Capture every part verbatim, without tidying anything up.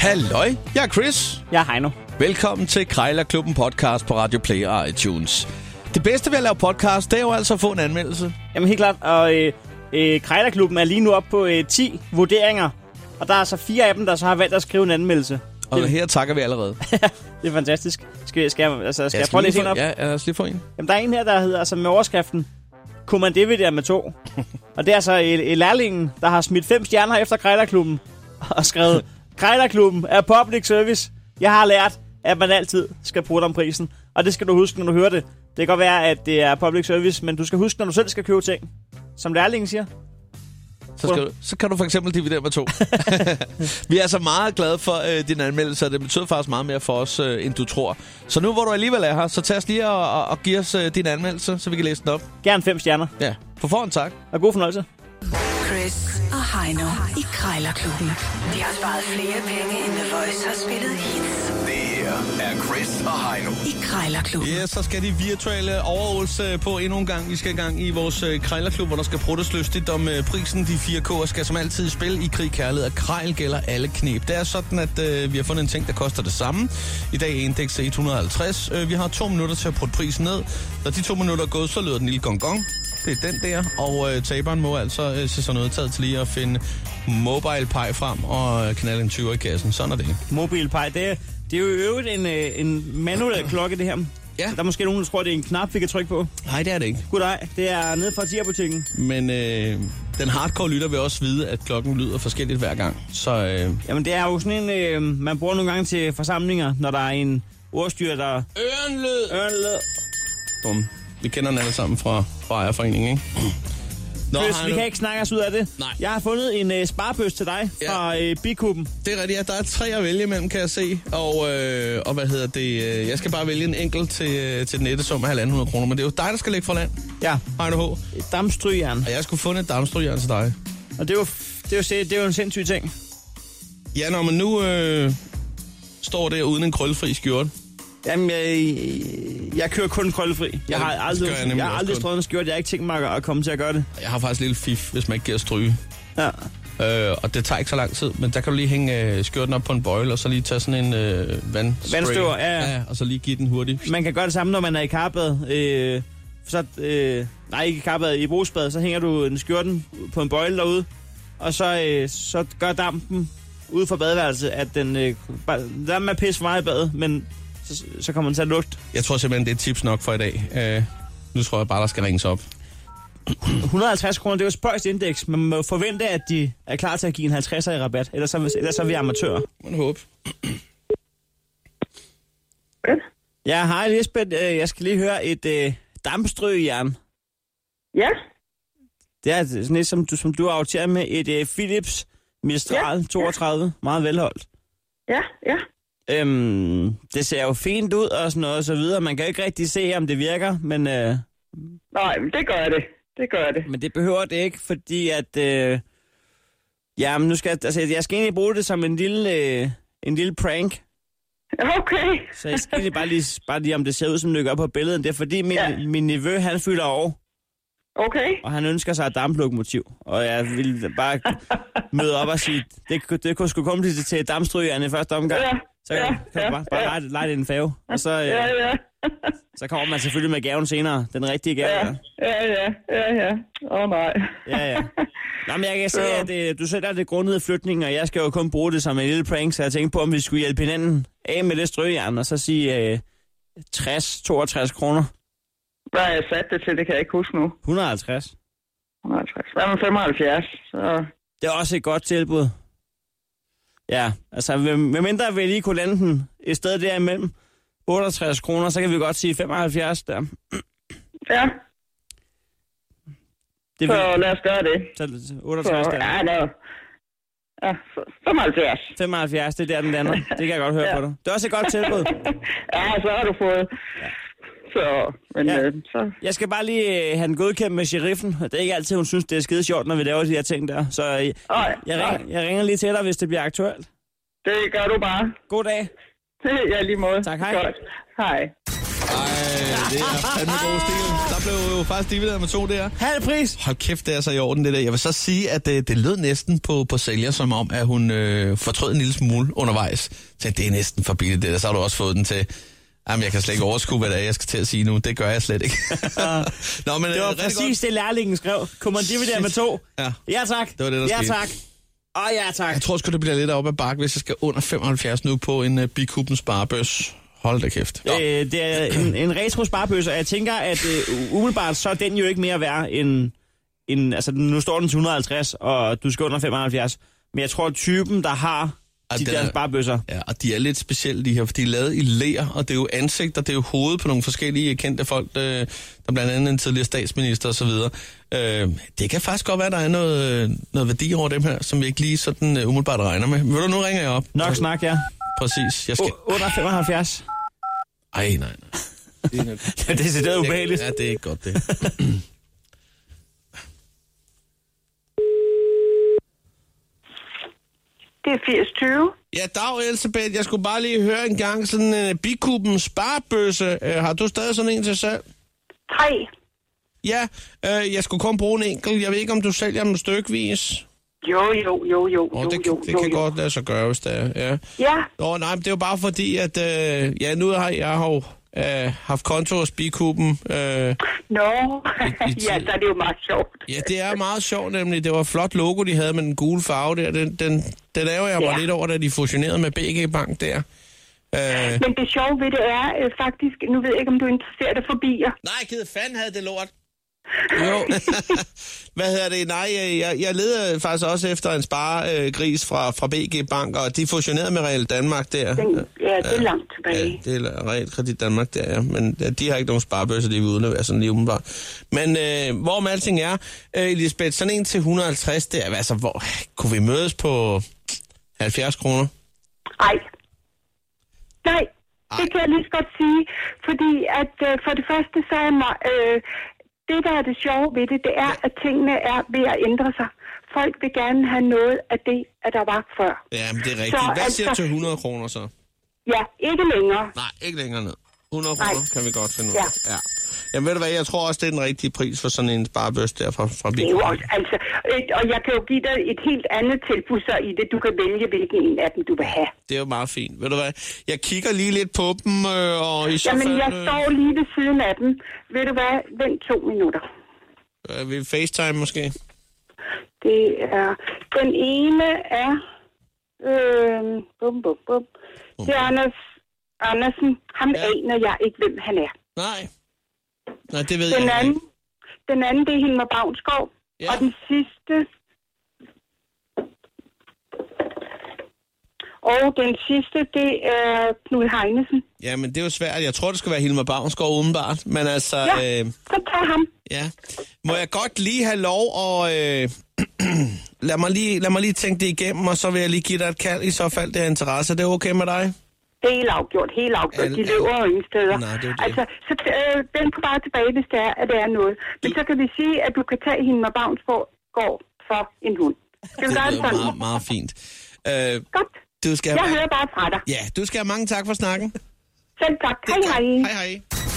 Halløj, jeg er Chris. Jeg er Heino. Velkommen til Krejlerklubben podcast på Radio Play og iTunes. Det bedste ved at lave podcast, det er jo altså at få en anmeldelse. Jamen helt klart, og øh, øh, Krejlerklubben er lige nu oppe på øh, ti vurderinger. Og der er så fire af dem, der så har valgt at skrive en anmeldelse. Og det, her takker vi allerede. Det er fantastisk. Skal, skal, jeg, altså, skal jeg, jeg prøve lidt få, ind op? Ja, lad os lige få en. Jamen, der er en her, der hedder altså med overskriften, kunne man dividere med to? Og det er altså øh, lærlingen, der har smidt fem stjerner efter Krejlerklubben og skrevet, Krejlerklubben er public service. Jeg har lært, at man altid skal bruge om prisen. Og det skal du huske, når du hører det. Det kan godt være, at det er public service, men du skal huske, når du selv skal købe ting. Som lærlingen siger. Så, skal du, så kan du for eksempel dividere med to. Vi er altså meget glade for øh, din anmeldelse, og det betyder faktisk meget mere for os, øh, end du tror. Så nu hvor du alligevel er her, så tag os lige og, og, og giv os øh, din anmeldelse, så vi kan læse den op. Gerne fem stjerner. Ja, på forhånd tak. Og god fornøjelse. Chris og Heino i Krejlerklubben. De har sparet flere penge, end The Voice har spillet hits. Det her er Chris og Heino i Krejlerklubben. Ja, så skal de virtuelle overholdelse på endnu en gang. Vi skal i gang i vores øh, Krejlerklub, hvor der skal pruttes lystigt om øh, prisen. De fire K'er skal som altid spille i krig, kærlighed og krejl gælder alle knep. Det er sådan, at øh, vi har fundet en ting, der koster det samme. I dag er indeks et hundrede og halvtreds. Øh, vi har to minutter til at prutte prisen ned. Når de to minutter er gået, så lyder den lille gong gong. Det er den der, og øh, taberen må altså øh, se sådan noget taget til lige at finde MobilePay frem og øh, knalde en tyver i kassen. Sådan er det. MobilePay, det er, det er jo i øvrigt en, øh, en manuel klokke, det her. Ja. Der er måske nogen, der tror, det er en knap, vi kan trykke på. Nej, det er det ikke. Goddag, det er nede fra T-butikken. Men øh, den hardcore lytter vil også vide, at klokken lyder forskelligt hver gang. Så, øh... Jamen, det er jo sådan en, øh, man bruger nogle gange til forsamlinger, når der er en ordstyr, der... Ørenlød! Ørenlød! Bum. Vi kender den alle sammen fra, fra ejerforeningen, ikke? Nå, Chris, vi kan ikke snakke os ud af det. Nej. Jeg har fundet en uh, sparebøs til dig ja. fra uh, Bikuben. Det er rigtigt, ja. Der er tre at vælge imellem, kan jeg se. Og, øh, og hvad hedder det? Øh, jeg skal bare vælge en enkelt til, til den nette sum af halvanden hundrede kroner. Men det er jo dig, der skal lægge for land. Ja. Heino H. Et dampstrygejern. Og jeg skulle fundet et dampstrygejern til dig. Og det er jo, det er jo, det er jo en sindssyg ting. Ja, når man nu øh, står der uden en krøllefri skjorte. Jamen, jeg, jeg kører kun krøllefri. Jeg har aldrig, jeg, jeg har aldrig strøget en skjorte. Jeg har ikke tænkt mig at komme til at gøre det. Jeg har faktisk en lille fif, hvis man ikke giver stryge. Ja. Øh, og det tager ikke så lang tid, men der kan du lige hænge øh, skjorten op på en bøjle, og så lige tage sådan en øh, vandspray. Vandstøver, ja, ja. ja. Og så lige give den hurtigt. Man kan gøre det samme, når man er i karbad. Øh, så, øh, nej, ikke i karbad, i brugsbad. Så hænger du en skjorten på en bøjle derude, og så, øh, så gør dampen ude for badeværelset, at den... Øh, der er med pisse for meget i badet, men... Så, så kommer den til at lugte. Jeg tror simpelthen, det er tips nok for i dag. Uh, nu tror jeg bare, der skal ringes op. et hundrede og halvtreds kroner, det er jo spøjst indeks. Man må forvente, at de er klar til at give en halvtredser i rabat. Ellers så, ellers så er vi amatører. Man håber. Ja, hej Lisbeth. Jeg skal lige høre et øh, dampstrygejern. Ja. Det er sådan et, som du, som du har aftalt med. Et øh, Philips Mistral ja. toogtredive. Meget velholdt. Ja, ja. Øhm, det ser jo fint ud og sådan noget og så videre. Man kan jo ikke rigtig se, om det virker, men... Øh, Nej, men det gør det. Det gør det. Men det behøver det ikke, fordi at... Øh, jamen, nu skal jeg... Altså, jeg skal egentlig bruge det som en lille, øh, en lille prank. Okay. Så jeg skal egentlig bare lige, bare lige, om det ser ud, som det gør på billedet. Det er fordi, min, ja. min nevø, han fylder år. Okay. Og han ønsker sig et damplokomotiv. Og jeg vil bare møde op og sige, det, det kunne sgu komme til, til et dampstrygejern i første omgang. Ja. Så kan, ja, kan ja, bare, bare ja. lege, lege det en fave. Og så, øh, ja, ja. så kommer man selvfølgelig med gaven senere. Den rigtige gave. Ja, ja, ja. ja, ja. Åh oh, nej. Ja, ja. Nå, men jeg kan se, at det, du selv er det grundede flytning, og jeg skal jo kun bruge det som en lille prank, så jeg tænkte på, om vi skulle hjælpe hinanden af med det strygejern, og så sige øh, tres, toogtres kroner. Hvad har jeg sat det til? Det kan jeg ikke huske nu. et hundrede og halvtreds. et hundrede og halvtreds. Hvad med femoghalvfjerds? Så... Det er også et godt tilbud. Ja, altså, medmindre vi lige kunne lande den et sted derimellem otteogtres kroner, så kan vi godt sige femoghalvfjerds der. Ja. Det så vil... lad os gøre det. Så otteogtres så, der. Ja, no. Ja, femoghalvfjerds. femoghalvfjerds, det er der den lander. Det kan jeg godt høre ja. på dig. Det er også et godt tilbud. Ja, så har du fået... Ja. Så, men, ja. øh, så... Jeg skal bare lige have den godkendt med sheriffen. Det er ikke altid, hun synes, det er skide sjovt, når vi laver de her ting der. Så øh, jeg, Ej, jeg, ringer, jeg ringer lige til dig, hvis det bliver aktuelt. Det gør du bare. God dag. Ja, lige måde. Tak, hej. Godt. Hej. det er fandme god stil. Der blev jo faktisk divideret med to der. Halv pris. Hold kæft, det er så i orden, det der. Jeg vil så sige, at det, det lød næsten på, på sælger, som om, at hun øh, fortrød en lille smule undervejs. Så det er næsten for billigt, det der. Så har du også fået den til... Jamen, jeg kan slet ikke overskue, hvad det er, jeg skal til at sige nu. Det gør jeg slet ikke. Nå, men, det var præcis godt. Det, lærlingen skrev. Kunne man dividere med to? Ja. Ja, tak. Det var det, der ja, skete. tak. Og ja, tak. Jeg tror sgu, det bliver lidt op ad bakke, hvis jeg skal under femoghalvfjerds nu på en uh, Bikuben sparebøs. Hold da kæft. Øh, det er en, en retro sparebøs, og jeg tænker, at uh, umiddelbart så er den jo ikke mere værd end... end altså, nu står den til et hundrede og halvtreds, og du skal under femoghalvfjerds. Men jeg tror, at typen, der har... De der sparebøsser. Ja, og de er lidt specielle, de her, for de er lavet i ler, og det er jo ansigter, det er jo hovedet på nogle forskellige kendte folk, øh, der blandt andet en tidligere statsminister og så videre. Øh, det kan faktisk godt være, der er noget, noget værdi over dem her, som vi ikke lige sådan uh, umiddelbart regner med. Vil du, nu ringer jeg op? Nok snak, ja. Præcis. Jeg skal... U- under femoghalvfjerds. Ej, nej, nej. Det er, det er decideret ubehageligt. Ja, det er ikke godt, det. Det er firs tyve. Ja, dag Elisabeth. Jeg skulle bare lige høre en gang sådan en uh, Bikuben sparebøsse. Uh, har du stadig sådan en til salg? Tre. Ja, uh, jeg skulle kun bruge en enkelt. Jeg ved ikke, om du sælger dem stykvis. Jo, jo, jo, jo, oh, jo, det, jo, det jo, kan jo. godt lade sig gøre, hvis det er. Ja. Ja. Nå, nej, men det er jo bare fordi, at uh, ja, nu har jeg har jo uh, haft konto hos Bikuben. Uh, Nå, ja, så er det jo meget sjovt. Ja, det er meget sjovt nemlig. Det var et flot logo, de havde med den gule farve der. Den, den, den laver jeg mig Ja. lidt over, da de fusionerede med B G Bank der. Uh, Men det sjove ved det er øh, faktisk, nu ved jeg ikke, om du interesserer dig for bier. Nej, givet fanden havde det lort. Jo. Hvad hedder det? Nej, jeg, jeg leder faktisk også efter en sparegris fra, fra B G Bank, og de fusionerede med Real Danmark der. Den, ja, det er langt tilbage. Ja, det er Real Kredit Danmark der, ja. Men ja, de har ikke nogen sparebøsser, de vil udlevere sådan lige umiddelbart. Men øh, hvorom alting er, øh, Elisabeth, sådan en til et hundrede og halvtreds der, altså, hvor kunne vi mødes på halvfjerds kroner? Ej. Nej, det kan jeg lige så godt sige, fordi at øh, for det første, så er mig, øh, det, der er det sjove ved det, det er, at tingene er ved at ændre sig. Folk vil gerne have noget af det, at der var før. Ja, men det er rigtigt. Så, Hvad siger du altså, til hundrede kroner så? Ja, ikke længere. Nej, ikke længere ned. hundrede kroner kan vi godt finde ud Ja. af. Ja. Jamen ved du hvad, jeg tror også, det er den rigtige pris for sådan en sparebøs der fra, fra Det er jo også, altså, øh, og jeg kan jo give dig et helt andet tilbud så i det. Du kan vælge, hvilken en af dem du vil have. Det er jo meget fint. Ved du hvad, jeg kigger lige lidt på dem, øh, og i så Jamen, fald... jeg øh, står lige ved siden af dem. Ved du hvad, vent to minutter. Øh, vi FaceTime måske? Det er, den ene er, øh, bum, bum, bum. Det er Anders Andersen. Ham Ja. aner jeg ikke, hvem han er. Nej. Nej, det ved Den jeg anden, ikke. den anden, det er Hilmar Bavnsgaard. Ja. Og den sidste... Og den sidste, det er Knud Heinesen. Ja, men det er jo svært. Jeg tror, det skal være Hilmar Bavnsgaard udenbart. Men altså... Ja, Øh, så tag ham. ja. Må jeg godt lige have lov at... Øh, lad, mig lige, lad mig lige tænke det igennem, og så vil jeg lige give dig et kald, i så fald det er interesse. Er det okay med dig? Helt afgjort, helt afgjort. Al- De løber jo ingen steder. Nej, det er jo det. Altså, så øh, den på bare tilbage, hvis det er, at det er noget. Men så kan vi sige, at du kan tage hende med Bavnsgaard for en hund. Skal vi Det gøre det lyder sådan? meget, meget fint. Øh, Godt. du skal Jeg have... hører bare fra dig. Ja, du skal have mange tak for snakken. Selv tak. Det er Hej, hej. godt. Hej, hej.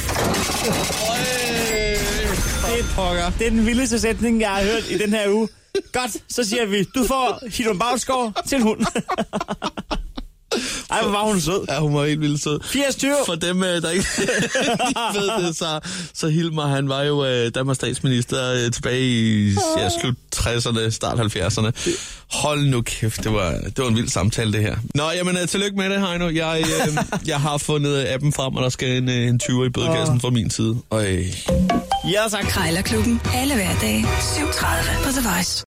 Det er pokker. Det er den vildeste sætning, jeg har hørt i den her uge. Godt, så siger vi, du får Hilmar Bavnsgaard til en hund. Ej, hvor var hun sød. Ja, hun var helt vildt sød. firs tyve. For dem, øh, der ikke ved det, så, så Hilmar, han var jo øh, Danmarks statsminister øh, tilbage i ja, slut tresserne, start halvfjerdserne. Hold nu kæft, det var, det var en vild samtale, det her. Nå, jamen, øh, tillykke med det, Heino. Jeg, øh, jeg har fundet appen frem, og der skal en, øh, en tyver i bødekassen fra min side. Øj. Ja, tak. Krejlerklubben. Alle hverdage. syv tredive på The Voice.